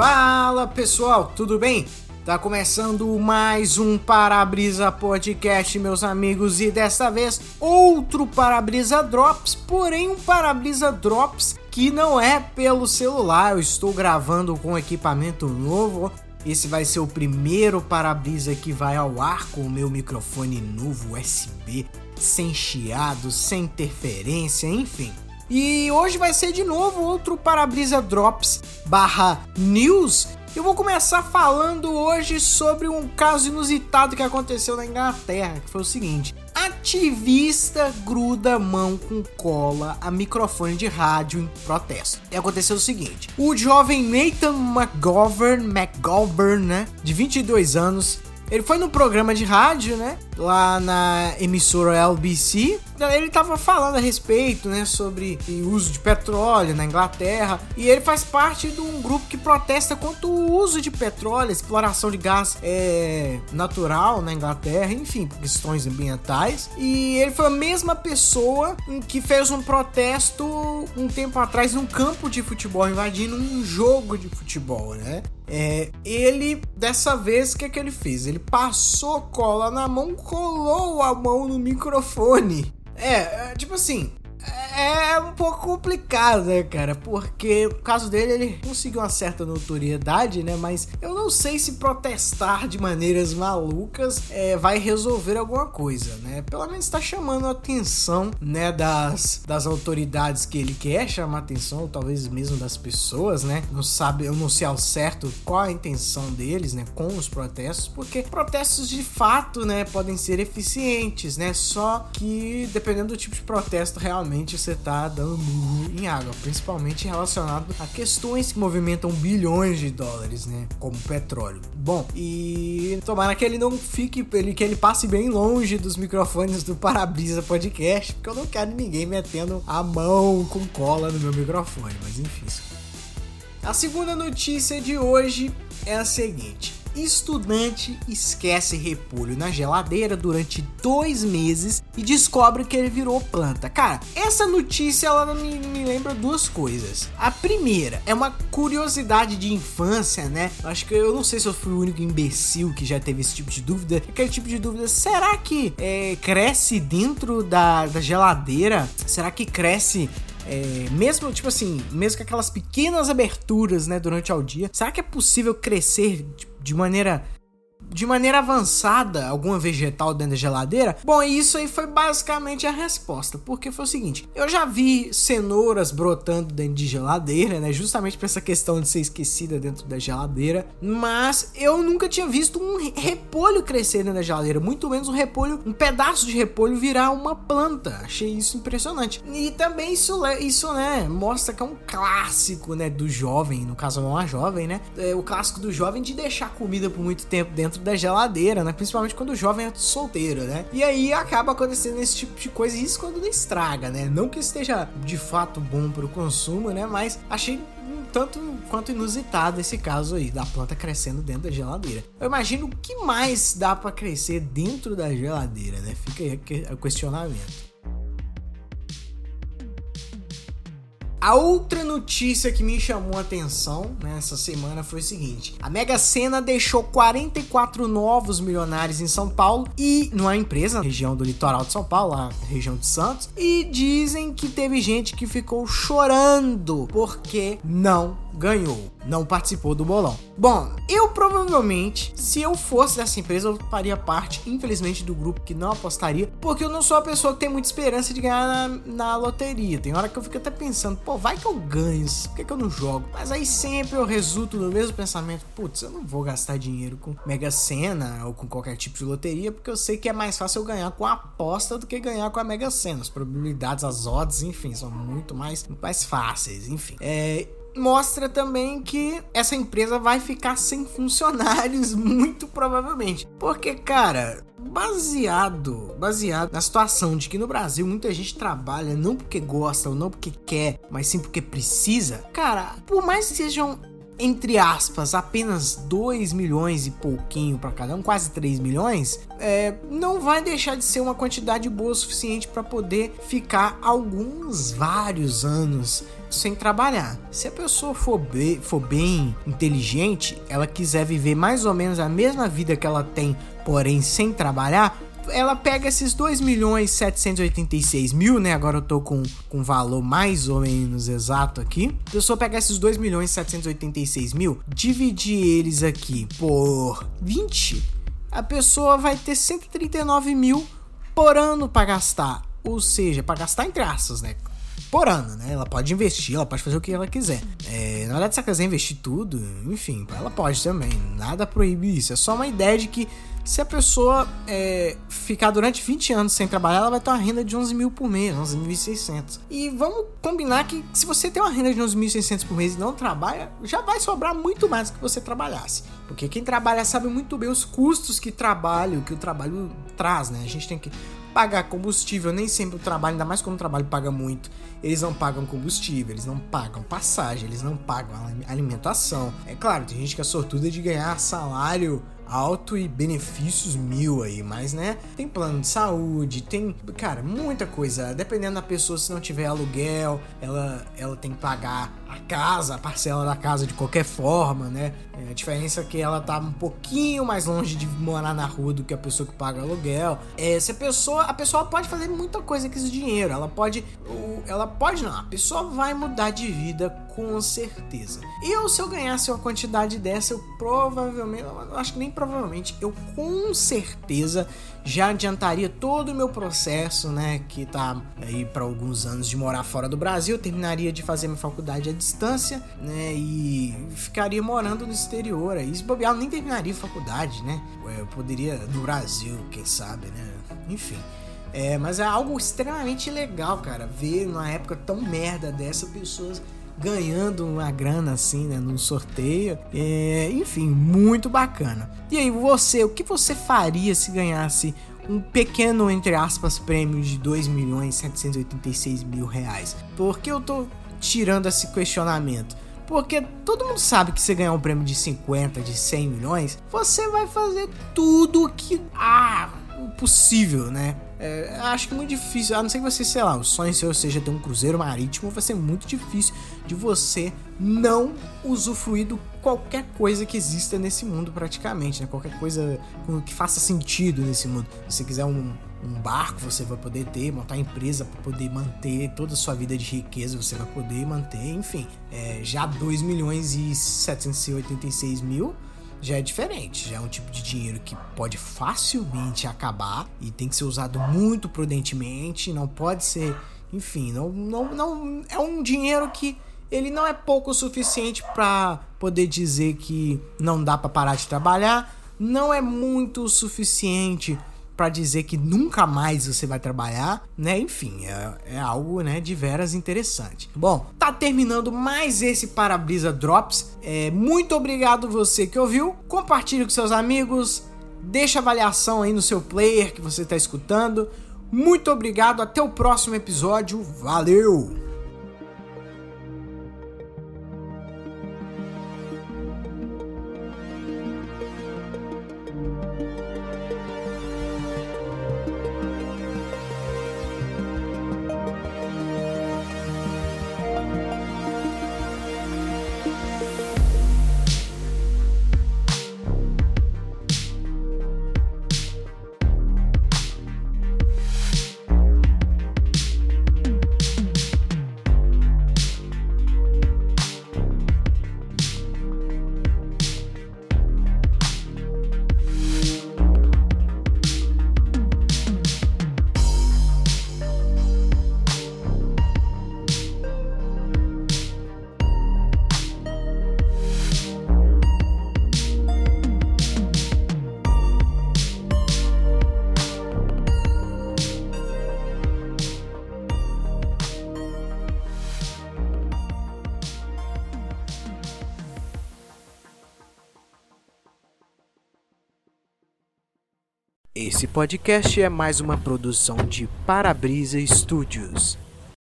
Fala pessoal, tudo bem? Tá começando mais um Para-Brisa Podcast, meus amigos, e dessa vez outro Para-Brisa Drops, porém um Para-Brisa Drops que não é pelo celular. Eu estou gravando com equipamento novo. Esse vai ser o primeiro Para-Brisa que vai ao ar com o meu microfone novo USB, sem chiado, sem interferência, enfim. E hoje vai ser de novo outro Para-Brisa Drops /News. Eu vou começar falando hoje sobre um caso inusitado que aconteceu na Inglaterra, que foi o seguinte: ativista gruda mão com cola a microfone de rádio em protesto. E aconteceu o seguinte: o jovem Nathan McGovern, né, de 22 anos, ele foi no programa de rádio, né, lá na emissora LBC. Ele tava falando a respeito, né, sobre o uso de petróleo na Inglaterra, e ele faz parte de um grupo que protesta contra o uso de petróleo, a exploração de gás natural na Inglaterra, enfim, por questões ambientais. E ele foi a mesma pessoa que fez um protesto um tempo atrás num campo de futebol, invadindo um jogo de futebol, né? Ele, dessa vez, o que ele fez? Ele passou cola na mão, colou a mão no microfone. Tipo assim, é um pouco complicado, né, cara? Porque o caso dele, ele conseguiu uma certa notoriedade, né? Mas eu não sei se protestar de maneiras malucas vai resolver alguma coisa, né? Pelo menos tá chamando a atenção, né, das autoridades que ele quer chamar a atenção, ou talvez mesmo das pessoas, né? Eu não sei ao certo qual a intenção deles, né, com os protestos, porque protestos de fato, né, podem ser eficientes, né? Só que dependendo do tipo de protesto, realmente você tá dando murro em água, principalmente relacionado a questões que movimentam bilhões de dólares, né, como petróleo. Bom, e tomara que ele não fique, que ele passe bem longe dos microfones do Para-Brisa Podcast, porque eu não quero ninguém metendo a mão com cola no meu microfone, mas enfim. A segunda notícia de hoje é a seguinte: estudante esquece repolho na geladeira durante 2 meses e descobre que ele virou planta. Cara, essa notícia ela me lembra duas coisas. A primeira é uma curiosidade de infância, né? Acho que eu não sei se eu fui o único imbecil que já teve esse tipo de dúvida. Aquele tipo de dúvida: será que cresce dentro da geladeira? Será que cresce mesmo, tipo assim, mesmo com aquelas pequenas aberturas, né, durante o dia? Será que é possível crescer de maneira avançada alguma vegetal dentro da geladeira? Bom, isso aí foi basicamente a resposta, porque foi o seguinte: eu já vi cenouras brotando dentro de geladeira, né, justamente por essa questão de ser esquecida dentro da geladeira, mas eu nunca tinha visto um repolho crescer dentro da geladeira, muito menos um pedaço de repolho virar uma planta. Achei isso impressionante. E também isso, né, mostra que é um clássico, né, do jovem, no caso não a jovem, né, o clássico do jovem de deixar comida por muito tempo dentro da geladeira, né? Principalmente quando o jovem é solteiro, né? E aí acaba acontecendo esse tipo de coisa, isso quando não estraga, né? Não que esteja de fato bom para o consumo, né? Mas achei um tanto quanto inusitado esse caso aí da planta crescendo dentro da geladeira. Eu imagino o que mais dá para crescer dentro da geladeira, né? Fica aí o questionamento. A outra notícia que me chamou a atenção nessa semana foi o seguinte: a Mega Sena deixou 44 novos milionários em São Paulo e numa empresa na região do litoral de São Paulo, lá na região de Santos, e dizem que teve gente que ficou chorando porque não ganhou, não participou do bolão. Bom, eu provavelmente, se eu fosse dessa empresa, eu faria parte, infelizmente, do grupo que não apostaria, porque eu não sou uma pessoa que tem muita esperança de ganhar na loteria. Tem hora que eu fico até pensando, pô, vai que eu ganho, por que eu não jogo? Mas aí sempre eu resulto no mesmo pensamento: putz, eu não vou gastar dinheiro com Mega Sena ou com qualquer tipo de loteria, porque eu sei que é mais fácil eu ganhar com a aposta do que ganhar com a Mega Sena. As probabilidades, as odds, enfim, são muito mais fáceis, enfim. Mostra também que essa empresa vai ficar sem funcionários, muito provavelmente. Porque, cara, baseado na situação de que no Brasil muita gente trabalha não porque gosta ou não porque quer, mas sim porque precisa, cara, por mais que sejam entre aspas, apenas 2 milhões e pouquinho para cada um, quase 3 milhões, não vai deixar de ser uma quantidade boa o suficiente para poder ficar vários anos sem trabalhar. Se a pessoa for bem inteligente, ela quiser viver mais ou menos a mesma vida que ela tem, porém sem trabalhar, ela pega esses 2.786.000, né? Agora eu tô com um valor mais ou menos exato aqui. A pessoa pega esses 2.786.000, dividir eles aqui por 20, a pessoa vai ter 139.000 por ano para gastar. Ou seja, para gastar entre aspas, né? Por ano, né? Ela pode investir, ela pode fazer o que ela quiser. Na verdade, se ela quiser investir tudo, enfim, ela pode também. Nada proíbe isso. É só uma ideia de que se a pessoa ficar durante 20 anos sem trabalhar, ela vai ter uma renda de 11 mil por mês, 11.600. E vamos combinar que se você tem uma renda de 11.600 por mês e não trabalha, já vai sobrar muito mais do que você trabalhasse. Porque quem trabalha sabe muito bem os custos que o trabalho traz, né? A gente tem que pagar combustível, nem sempre o trabalho, ainda mais quando o trabalho paga muito, eles não pagam combustível, eles não pagam passagem, eles não pagam alimentação. É claro, tem gente que é sortuda de ganhar salário alto e benefícios 1000 aí, mas né, tem plano de saúde, tem, cara, muita coisa. Dependendo da pessoa, se não tiver aluguel, ela tem que pagar a parcela da casa de qualquer forma, né? A diferença é que ela tá um pouquinho mais longe de morar na rua do que a pessoa que paga aluguel. A pessoa pode fazer muita coisa com esse dinheiro, a pessoa vai mudar de vida com certeza. Se eu ganhasse uma quantidade dessa, eu com certeza já adiantaria todo o meu processo, né, que tá aí para alguns anos de morar fora do Brasil. Eu terminaria de fazer minha faculdade à distância, né, e ficaria morando no exterior. Aí, se bobear, eu nem terminaria a faculdade, né, eu poderia no Brasil, quem sabe, né, enfim. Mas é algo extremamente legal, cara, ver numa época tão merda dessa, pessoas ganhando uma grana assim, né, num sorteio. Enfim, muito bacana. E aí, o que você faria se ganhasse um pequeno, entre aspas, prêmio de 2.786.000 reais? Por que eu tô tirando esse questionamento? Porque todo mundo sabe que você ganhar um prêmio de 50, de 100 milhões, você vai fazer tudo que possível, né? Acho que é muito difícil, a não ser que você, sei lá, o sonho seu seja ter um cruzeiro marítimo, vai ser muito difícil de você não usufruir de qualquer coisa que exista nesse mundo praticamente, né? Qualquer coisa que faça sentido nesse mundo. Se você quiser um barco, você vai poder ter, montar empresa para poder manter toda a sua vida de riqueza, você vai poder manter, enfim. Já 2.786.000 já é diferente, já é um tipo de dinheiro que pode facilmente acabar e tem que ser usado muito prudentemente, não pode ser, enfim, não é um dinheiro que ele não é pouco o suficiente para poder dizer que não dá para parar de trabalhar, não é muito o suficiente para dizer que nunca mais você vai trabalhar, né? Enfim, é algo, né, de veras interessante. Bom, tá terminando mais esse Para-Brisa Drops. Muito obrigado você que ouviu. Compartilhe com seus amigos. Deixa avaliação aí no seu player que você tá escutando. Muito obrigado. Até o próximo episódio. Valeu! Esse podcast é mais uma produção de Para-Brisa Studios.